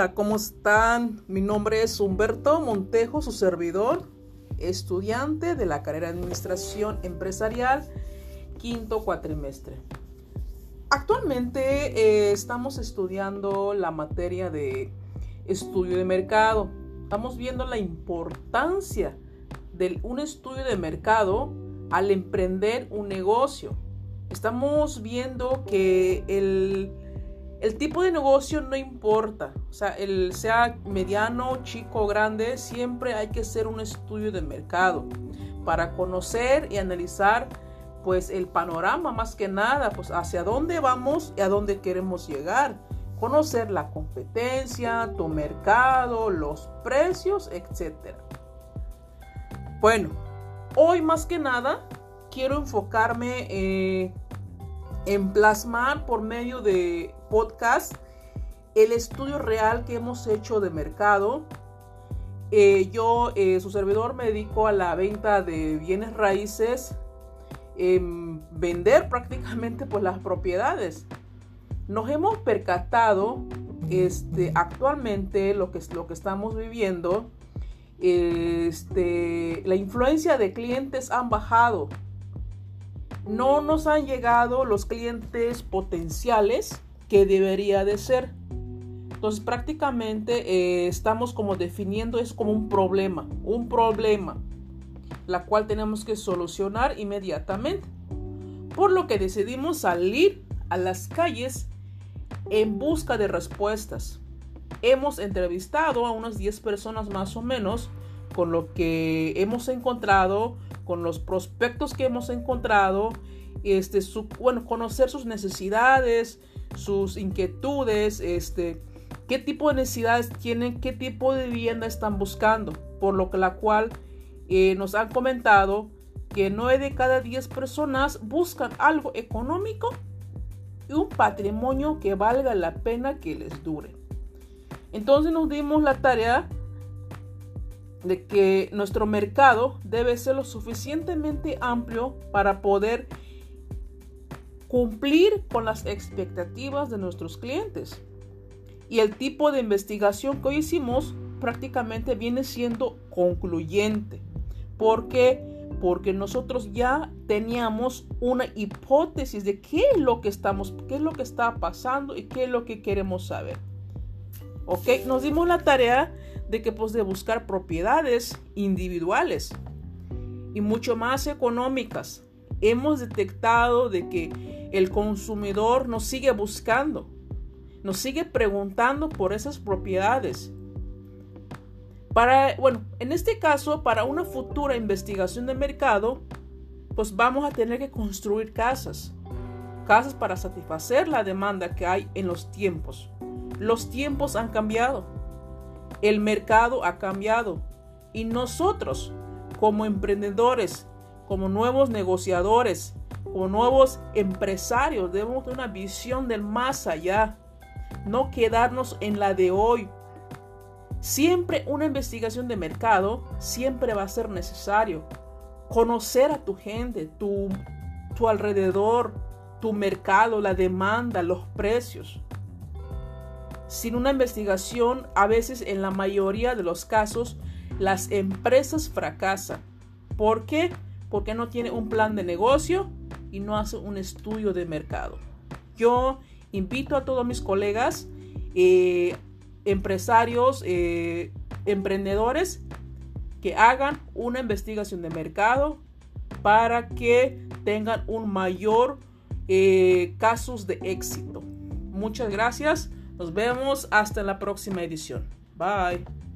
Hola, ¿cómo están? Mi nombre es Humberto Montejo, su servidor, estudiante de la carrera de Administración Empresarial, quinto cuatrimestre. Actualmente estamos estudiando la materia de estudio de mercado. Estamos viendo la importancia de un estudio de mercado al emprender un negocio. Estamos viendo que el tipo de negocio no importa, o sea, sea mediano, chico o grande, siempre hay que hacer un estudio de mercado para conocer y analizar pues el panorama, más que nada, pues hacia dónde vamos y a dónde queremos llegar. Conocer la competencia, tu mercado, los precios, etc. Bueno, hoy más que nada quiero enfocarme en plasmar por medio de podcast el estudio real que hemos hecho de mercado. Yo, su servidor, me dedico a la venta de bienes raíces, vender prácticamente pues las propiedades. Nos hemos percatado actualmente lo que estamos viviendo, la influencia de clientes han bajado. No nos han llegado los clientes potenciales que debería de ser. Entonces prácticamente estamos como definiendo es como un problema, la cual tenemos que solucionar inmediatamente. Por lo que decidimos salir a las calles en busca de respuestas. Hemos entrevistado a unas 10 personas más o menos con lo que hemos encontrado, con los prospectos que hemos encontrado, conocer sus necesidades, sus inquietudes, qué tipo de necesidades tienen, qué tipo de vivienda están buscando, por lo que la cual nos han comentado que 9 de cada 10 personas buscan algo económico y un patrimonio que valga la pena que les dure. Entonces nos dimos la tarea de que nuestro mercado debe ser lo suficientemente amplio para poder cumplir con las expectativas de nuestros clientes. Y el tipo de investigación que hoy hicimos prácticamente viene siendo concluyente. ¿Por qué? Porque nosotros ya teníamos una hipótesis de qué es lo que está pasando y qué es lo que queremos saber. ¿Ok? Nos dimos la tarea de buscar propiedades individuales y mucho más económicas. Hemos detectado de que el consumidor nos sigue buscando, nos sigue preguntando por esas propiedades. En este caso, para una futura investigación de mercado, pues vamos a tener que construir casas para satisfacer la demanda que hay en los tiempos. Los tiempos han cambiado, el mercado ha cambiado y nosotros como emprendedores, como nuevos negociadores, como nuevos empresarios, debemos tener una visión del más allá, no quedarnos en la de hoy. Siempre una investigación de mercado siempre va a ser necesario. Conocer a tu gente, tu alrededor, tu mercado, la demanda, los precios. Sin una investigación, a veces en la mayoría de los casos, las empresas fracasan. ¿Por qué? Porque no tiene un plan de negocio y no hace un estudio de mercado. Yo invito a todos mis colegas, empresarios, emprendedores, que hagan una investigación de mercado para que tengan un mayor casos de éxito. Muchas gracias. Nos vemos hasta la próxima edición. Bye.